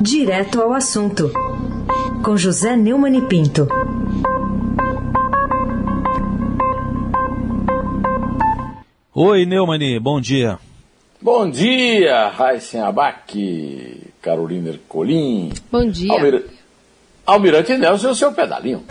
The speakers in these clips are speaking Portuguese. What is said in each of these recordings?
Direto ao assunto, com José Neumann e Pinto. Oi, Neumann, bom dia. Bom dia, Raíssen Abac, Carolina Ercolim. Bom dia. Almirante Nelson e o seu pedalinho.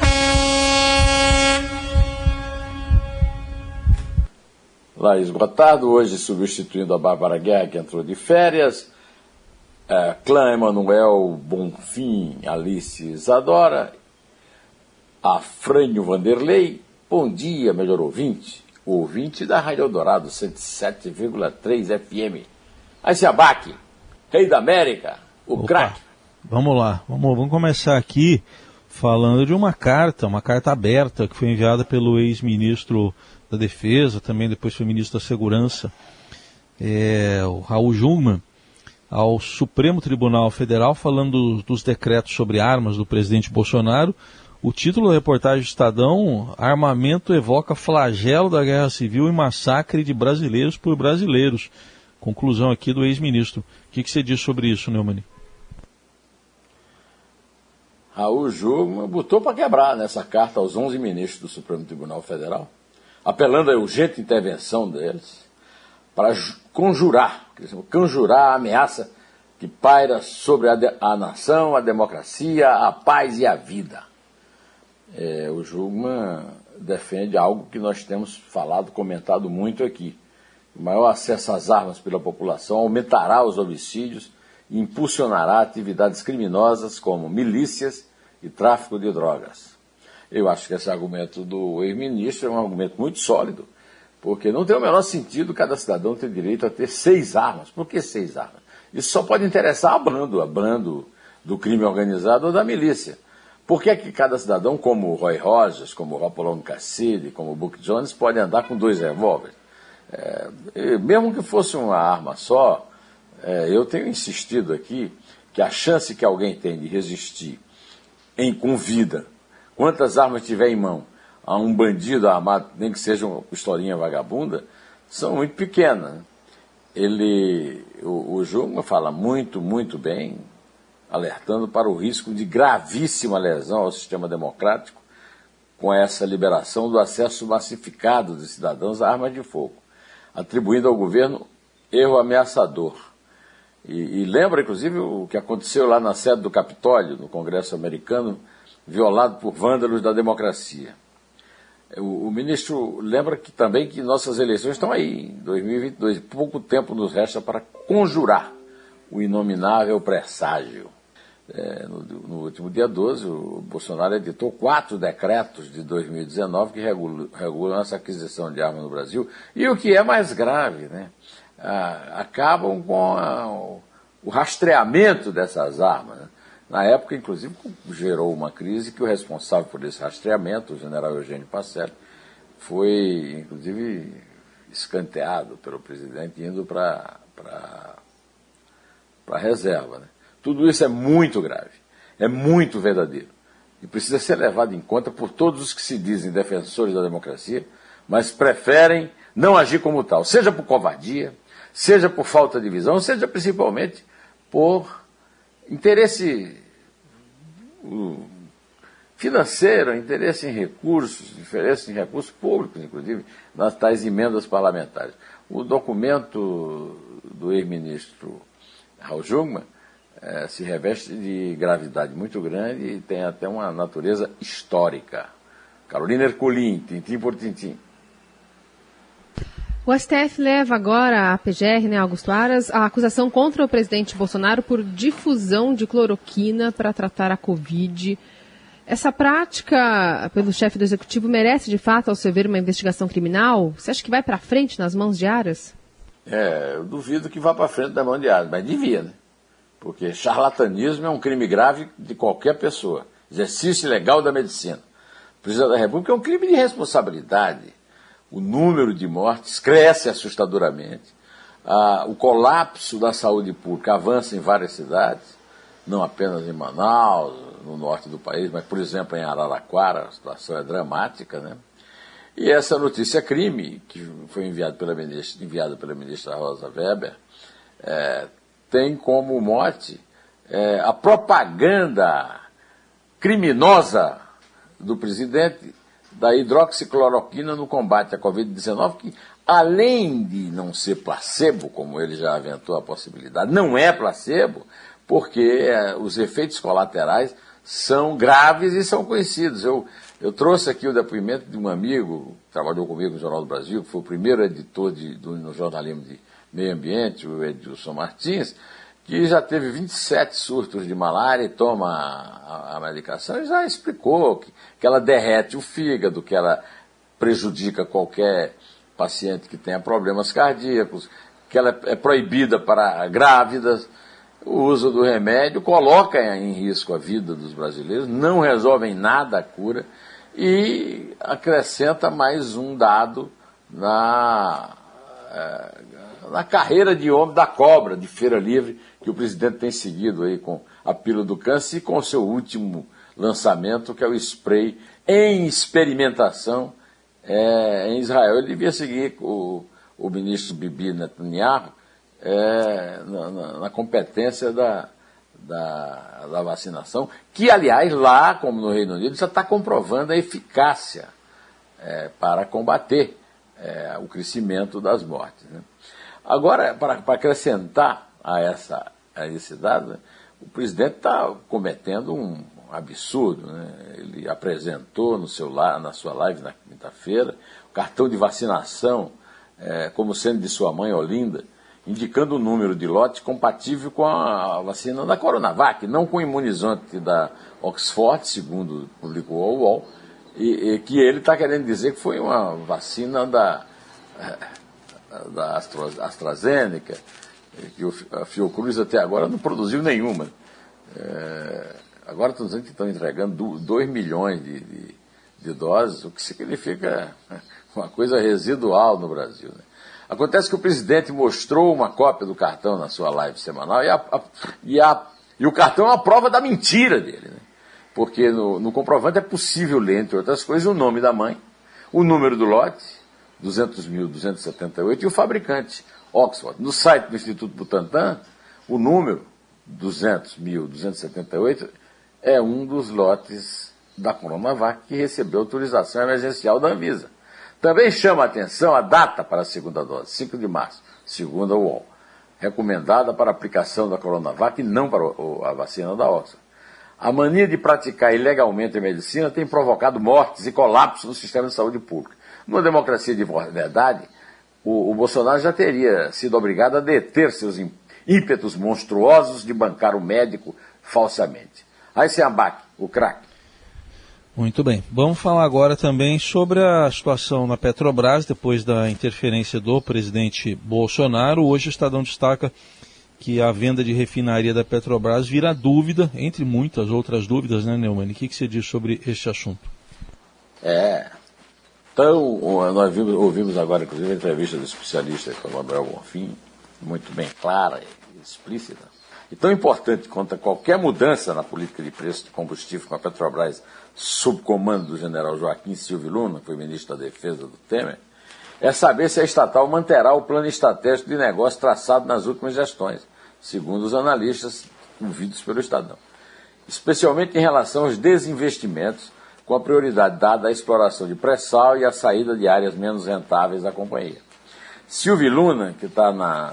Laís Gotardo, hoje substituindo a Bárbara Guerra, que entrou de férias. Clã Emanuel Bonfim, Alice Isadora. Afrânio Vanderlei. Bom dia, melhor ouvinte. O ouvinte da Rádio Eldorado 107,3 FM. Raíssen Abac, Rei da América, o craque. Vamos lá, vamos começar aqui falando de uma carta aberta que foi enviada pelo ex-ministro da Defesa, também depois foi ministro da Segurança, o Raul Jungmann, ao Supremo Tribunal Federal, falando dos decretos sobre armas do presidente Bolsonaro. O título da reportagem do Estadão: Armamento evoca flagelo da Guerra Civil e massacre de brasileiros por brasileiros. Conclusão aqui do ex-ministro. O que você diz sobre isso, Neumann? Raul Jungmann botou para quebrar nessa carta aos 11 ministros do Supremo Tribunal Federal, apelando à urgente intervenção deles para conjurar a ameaça que paira sobre a nação, a democracia, a paz e a vida. O Jungmann defende algo que nós temos comentado muito aqui. O maior acesso às armas pela população aumentará os homicídios e impulsionará atividades criminosas como milícias e tráfico de drogas. Eu acho que esse argumento do ex-ministro é um argumento muito sólido, porque não tem o menor sentido cada cidadão ter direito a ter 6 armas. Por que 6 armas? Isso só pode interessar a bando do crime organizado ou da milícia. Por que cada cidadão, como o Roy Rogers, como o Rapolão Cassini, como o Buck Jones, pode andar com 2 revólveres? Mesmo que fosse uma arma só, eu tenho insistido aqui que a chance que alguém tem de resistir com vida, quantas armas tiver em mão, a um bandido armado, nem que seja uma pistolinha vagabunda, são muito pequenas. O Jungmann fala muito, muito bem, alertando para o risco de gravíssima lesão ao sistema democrático com essa liberação do acesso massificado de cidadãos a armas de fogo, atribuindo ao governo erro ameaçador. E lembra, inclusive, o que aconteceu lá na sede do Capitólio, no Congresso americano, violado por vândalos da democracia. O ministro lembra também que nossas eleições estão aí, em 2022, pouco tempo nos resta para conjurar o inominável presságio. No último dia 12, o Bolsonaro editou 4 decretos de 2019 que regulam essa aquisição de armas no Brasil. E o que é mais grave, né? Acabam com o rastreamento dessas armas, né? Na época, inclusive, gerou uma crise que o responsável por esse rastreamento, o general Eugênio Pacelli, foi, inclusive, escanteado pelo presidente, indo para a reserva, né? Tudo isso é muito grave, é muito verdadeiro e precisa ser levado em conta por todos os que se dizem defensores da democracia, mas preferem não agir como tal, seja por covardia, seja por falta de visão, seja principalmente por interesse financeiro, interesse em recursos públicos, inclusive, nas tais emendas parlamentares. O documento do ex-ministro Raul Jungmann se reveste de gravidade muito grande e tem até uma natureza histórica. Carolina Ercolim, tintim por tintim. O STF leva agora à PGR, Augusto Aras, a acusação contra o presidente Bolsonaro por difusão de cloroquina para tratar a Covid. Essa prática, pelo chefe do Executivo, merece, de fato, ao seu ver, uma investigação criminal? Você acha que vai para frente nas mãos de Aras? Eu duvido que vá para frente na mão de Aras, mas devia, né? Porque charlatanismo é um crime grave de qualquer pessoa. Exercício ilegal da medicina. O presidente da República é um crime de responsabilidade. O número de mortes cresce assustadoramente. O colapso da saúde pública avança em várias cidades, não apenas em Manaus, no norte do país, mas, por exemplo, em Araraquara, a situação é dramática, né? E essa notícia crime, que foi enviada pela ministra Rosa Weber, tem como mote a propaganda criminosa do presidente da hidroxicloroquina no combate à Covid-19, que além de não ser placebo, como ele já aventou a possibilidade, não é placebo, porque os efeitos colaterais são graves e são conhecidos. Eu trouxe aqui o depoimento de um amigo que trabalhou comigo no Jornal do Brasil, que foi o primeiro editor no jornalismo de meio ambiente, o Edilson Martins, que já teve 27 surtos de malária e toma a medicação e já explicou que ela derrete o fígado, que ela prejudica qualquer paciente que tenha problemas cardíacos, que ela é proibida para grávidas. O uso do remédio coloca em risco a vida dos brasileiros, não resolve em nada a cura e acrescenta mais um dado na carreira de homem da cobra, de feira livre, que o presidente tem seguido aí com a pílula do câncer e com o seu último lançamento, que é o spray em experimentação em Israel. Ele devia seguir o ministro Bibi Netanyahu na competência da vacinação, que, aliás, lá, como no Reino Unido, já está comprovando a eficácia para combater o crescimento das mortes, né? Agora, para acrescentar a esse dado, né, o presidente está cometendo um absurdo, né? Ele apresentou na sua live na quinta-feira o cartão de vacinação como sendo de sua mãe Olinda, indicando o número de lote compatível com a vacina da Coronavac, não com o imunizante da Oxford, segundo publicou o UOL, e que ele está querendo dizer que foi uma vacina da AstraZeneca, que a Fiocruz até agora não produziu nenhuma. Agora estão dizendo que estão entregando 2 milhões de doses, o que significa uma coisa residual no Brasil, né? Acontece que o presidente mostrou uma cópia do cartão na sua live semanal e o cartão é uma prova da mentira dele, né? Porque no comprovante é possível ler, entre outras coisas, o nome da mãe, o número do lote, 200.278, e o fabricante, Oxford. No site do Instituto Butantan, o número 200.278 é um dos lotes da Coronavac que recebeu autorização emergencial da Anvisa. Também chama a atenção a data para a segunda dose, 5 de março, segundo a UOL, recomendada para a aplicação da Coronavac e não para a vacina da Oxford. A mania de praticar ilegalmente a medicina tem provocado mortes e colapso no sistema de saúde pública. Numa democracia de verdade, o Bolsonaro já teria sido obrigado a deter seus ímpetos monstruosos de bancar o médico falsamente. Aí se abaque, o craque. Muito bem. Vamos falar agora também sobre a situação na Petrobras, depois da interferência do presidente Bolsonaro. Hoje o Estadão destaca que a venda de refinaria da Petrobras vira dúvida, entre muitas outras dúvidas, né, Neumann? O que você diz sobre este assunto? Então, nós ouvimos agora, inclusive, a entrevista do especialista Manuel Bonfim, muito bem clara e explícita. E tão importante quanto qualquer mudança na política de preço de combustível com a Petrobras, sob comando do general Joaquim Silvio Luna, que foi ministro da Defesa do Temer, é saber se a estatal manterá o plano estratégico de negócio traçado nas últimas gestões, segundo os analistas ouvidos pelo Estadão. Especialmente em relação aos desinvestimentos, com a prioridade dada à exploração de pré-sal e à saída de áreas menos rentáveis da companhia. Silvio Luna, que está na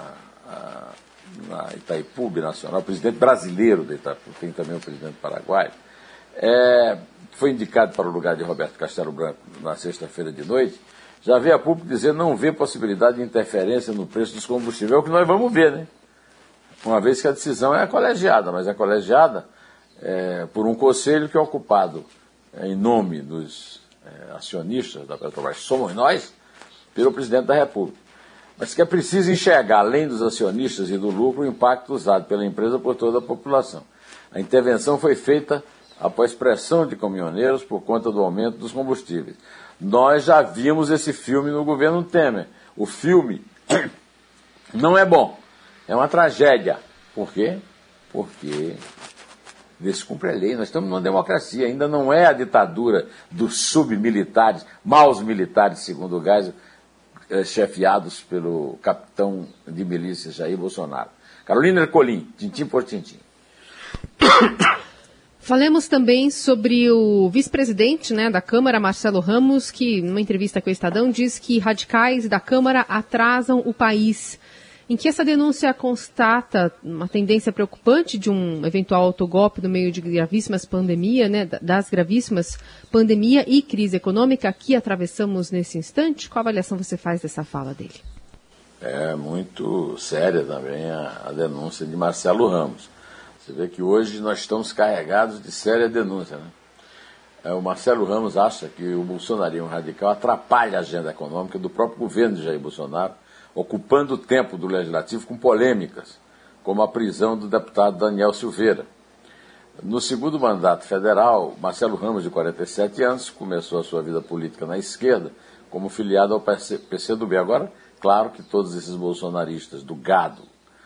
Itaipu Binacional, presidente brasileiro da Itaipu, tem também o presidente paraguaio, foi indicado para o lugar de Roberto Castelo Branco na sexta-feira de noite, já veio a público dizer que não vê possibilidade de interferência no preço dos combustíveis. É o que nós vamos ver, né? Uma vez que a decisão é colegiada, mas é colegiada por um conselho que é ocupado em nome dos acionistas da Petrobras, somos nós, pelo presidente da República. Mas que é preciso enxergar, além dos acionistas e do lucro, o impacto usado pela empresa por toda a população. A intervenção foi feita após pressão de caminhoneiros por conta do aumento dos combustíveis. Nós já vimos esse filme no governo Temer. O filme não é bom, é uma tragédia. Por quê? Porque descumpre a lei. Nós estamos numa democracia, ainda não é a ditadura dos submilitares, maus militares, segundo o Geisel, chefiados pelo capitão de milícia Jair Bolsonaro. Carolina Ercolim, tintim por tintim. Falemos também sobre o vice-presidente, né, da Câmara, Marcelo Ramos, que, numa entrevista com o Estadão, diz que radicais da Câmara atrasam o país. Em que essa denúncia constata uma tendência preocupante de um eventual autogolpe no meio de gravíssimas pandemias, né, das gravíssimas pandemia e crise econômica que atravessamos nesse instante? Qual avaliação você faz dessa fala dele? É muito séria também a denúncia de Marcelo Ramos. Você vê que hoje nós estamos carregados de séria denúncia, né? O Marcelo Ramos acha que o bolsonarismo radical atrapalha a agenda econômica do próprio governo de Jair Bolsonaro, ocupando o tempo do Legislativo com polêmicas, como a prisão do deputado Daniel Silveira. No segundo mandato federal, Marcelo Ramos, de 47 anos, começou a sua vida política na esquerda, como filiado ao PCdoB. Agora, claro que todos esses bolsonaristas do gado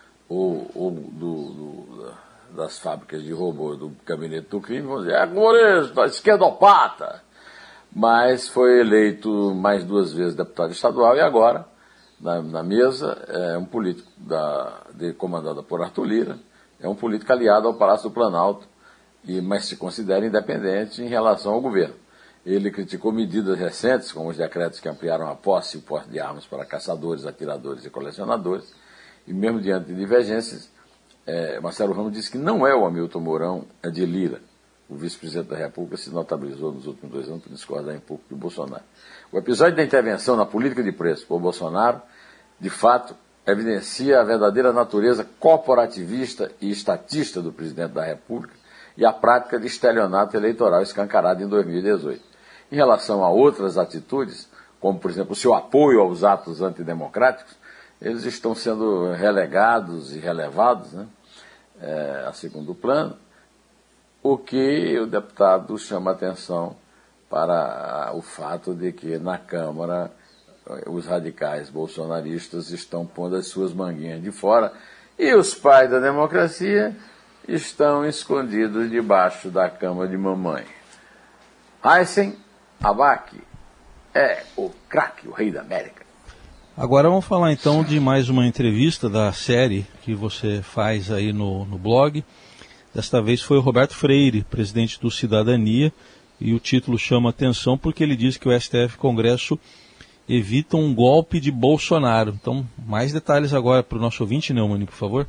ou das fábricas de robô do gabinete do crime vão dizer: é comunista, esquerdopata. Mas foi eleito mais 2 vezes deputado estadual e agora, na mesa, é um político comandado por Arthur Lira, é um político aliado ao Palácio do Planalto, mas se considera independente em relação ao governo. Ele criticou medidas recentes, como os decretos que ampliaram a posse e o porte de armas para caçadores, atiradores e colecionadores, e mesmo diante de divergências, Marcelo Ramos disse que não é o Hamilton Mourão, é de Lira. O vice-presidente da República se notabilizou nos últimos 2 anos por discordar em pouco de Bolsonaro. O episódio da intervenção na política de preço por Bolsonaro, de fato, evidencia a verdadeira natureza corporativista e estatista do presidente da República e a prática de estelionato eleitoral escancarado em 2018. Em relação a outras atitudes, como, por exemplo, o seu apoio aos atos antidemocráticos, eles estão sendo relegados e relevados, né, a segundo plano, o que o deputado chama atenção para o fato de que na Câmara os radicais bolsonaristas estão pondo as suas manguinhas de fora e os pais da democracia estão escondidos debaixo da cama de mamãe. Aysen Abac é o craque, o rei da América. Agora vamos falar então de mais uma entrevista da série que você faz aí no blog. Desta vez foi o Roberto Freire, presidente do Cidadania, e o título chama atenção porque ele diz que o STF e o Congresso evitam um golpe de Bolsonaro. Então, mais detalhes agora para o nosso ouvinte, Neumann, por favor.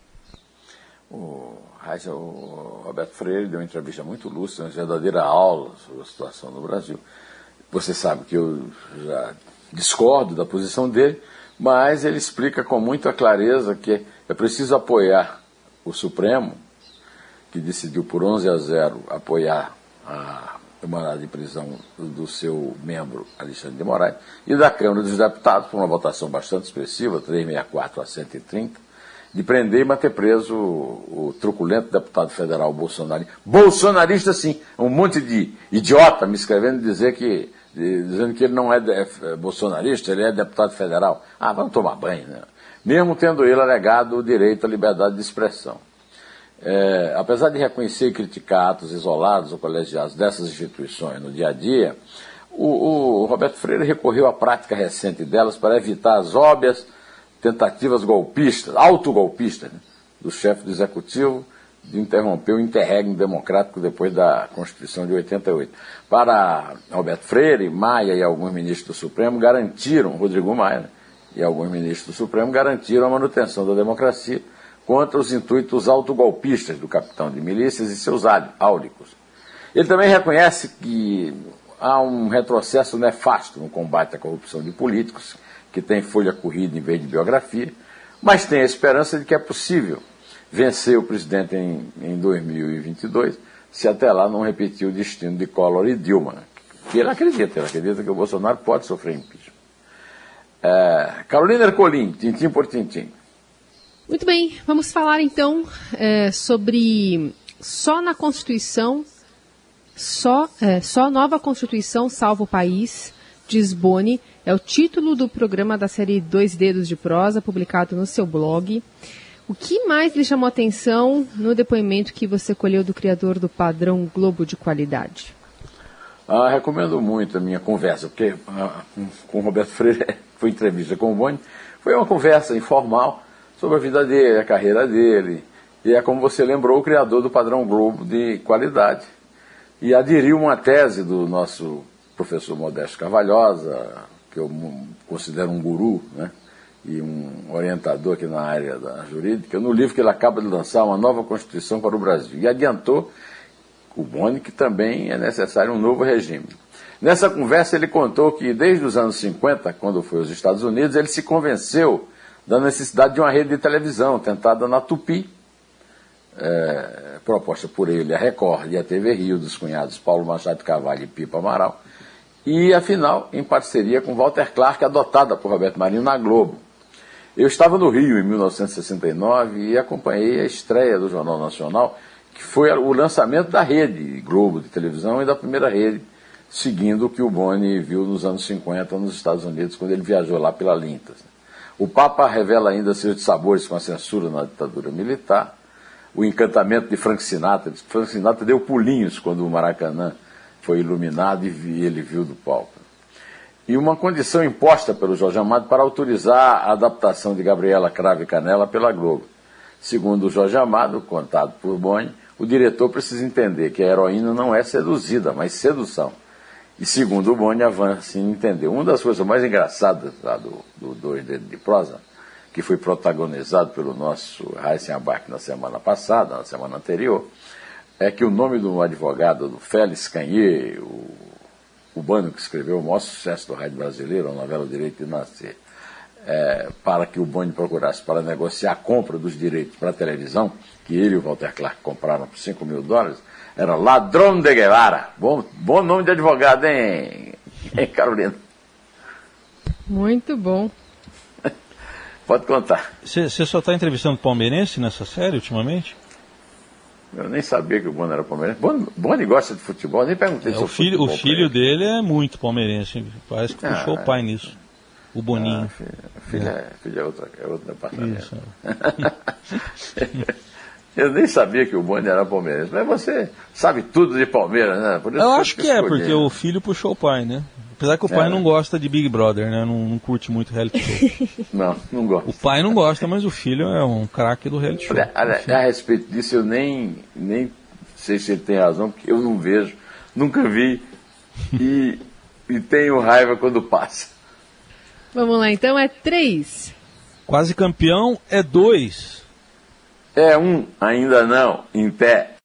O Roberto Freire deu uma entrevista muito lúcida, uma verdadeira aula sobre a situação no Brasil. Você sabe que eu já discordo da posição dele, mas ele explica com muita clareza que é preciso apoiar o Supremo, que decidiu por 11-0 apoiar o mandado de prisão do seu membro Alexandre de Moraes, e da Câmara dos Deputados, por uma votação bastante expressiva, 364-130, de prender e manter preso o truculento deputado federal bolsonarista, sim, um monte de idiota me escrevendo dizendo que ele não é bolsonarista, ele é deputado federal. Vamos tomar banho, né? Mesmo tendo ele alegado o direito à liberdade de expressão. Apesar de reconhecer e criticar atos isolados ou colegiados dessas instituições no dia a dia, o Roberto Freire recorreu à prática recente delas para evitar as óbvias tentativas golpistas, autogolpistas, né, do chefe do Executivo de interromper o interregno democrático depois da Constituição de 88. Para Roberto Freire, Maia e alguns ministros do Supremo garantiram, Rodrigo Maia, né, e alguns ministros do Supremo garantiram a manutenção da democracia contra os intuitos autogolpistas do capitão de milícias e seus áulicos. Ele também reconhece que há um retrocesso nefasto no combate à corrupção de políticos, que tem folha corrida em vez de biografia, mas tem a esperança de que é possível vencer o presidente em 2022, se até lá não repetir o destino de Collor e Dilma, que ele acredita que o Bolsonaro pode sofrer impeachment. Carolina Ercolim, tintim por tintim. Muito bem, vamos falar então sobre só na Constituição, só nova Constituição salva o país, diz Boni, é o título do programa da série Dois Dedos de Prosa, publicado no seu blog. O que mais lhe chamou a atenção no depoimento que você colheu do criador do padrão Globo de qualidade? Recomendo muito a minha conversa, porque com o Roberto Freire foi entrevista com o Boni, foi uma conversa informal sobre a vida dele, a carreira dele, E é, como você lembrou, o criador do padrão Globo de qualidade. E aderiu uma tese do nosso professor Modesto Carvalhosa, que eu considero um guru, né? E um orientador aqui na área da jurídica, no livro que ele acaba de lançar, Uma Nova Constituição para o Brasil. E adiantou o Boni que também é necessário um novo regime. Nessa conversa ele contou que desde os anos 50, quando foi aos Estados Unidos, ele se convenceu da necessidade de uma rede de televisão tentada na Tupi, proposta por ele, a Record e a TV Rio, dos cunhados Paulo Machado de Carvalho e Pipa Amaral, e afinal em parceria com Walter Clark, adotada por Roberto Marinho na Globo. Eu estava no Rio em 1969 e acompanhei a estreia do Jornal Nacional, que foi o lançamento da rede Globo de televisão e da primeira rede, seguindo o que o Boni viu nos anos 50 nos Estados Unidos, quando ele viajou lá pela Lintas. O Papa revela ainda seus dissabores com a censura na ditadura militar, o encantamento de Frank Sinatra. Frank Sinatra deu pulinhos quando o Maracanã foi iluminado e ele viu do palco. E uma condição imposta pelo Jorge Amado para autorizar a adaptação de Gabriela Cravo e Canela pela Globo. Segundo o Jorge Amado, contado por Boni, o diretor precisa entender que a heroína não é seduzida, mas sedução. E segundo o Boni, a Van assim entendeu. Uma das coisas mais engraçadas lá do Dois Dedos de Prosa, que foi protagonizado pelo nosso Raíssen Abac na semana passada, na semana anterior, é que o nome do advogado, do Félix Canhê, o cubano que escreveu o maior sucesso do rádio brasileiro, a novela O Direito de Nascer, para que o Boni procurasse para negociar a compra dos direitos para a televisão, que ele e o Walter Clark compraram por $5 mil, era Ladrão de Guevara. Bom nome de advogado, hein Carolina? Muito bom. Pode contar. Você só está entrevistando palmeirense nessa série ultimamente? Eu nem sabia que o Boni era palmeirense. Boni gosta de futebol, nem perguntei se o filho dele é muito palmeirense, parece que puxou o pai nisso. O Boninho. Filho é outro departamento. Eu nem sabia que o Boni era palmeirense. Mas você sabe tudo de Palmeiras, né? Por isso eu acho que porque o filho puxou o pai, né? Apesar que o pai não gosta de Big Brother, né? Não curte muito reality show. Não gosta. O pai não gosta, mas o filho é um craque do reality show. A respeito disso, eu nem sei se ele tem razão, porque eu não vejo, nunca vi e tenho raiva quando passa. Vamos lá, então é 3. Quase campeão é 2. É 1, ainda não, em pé.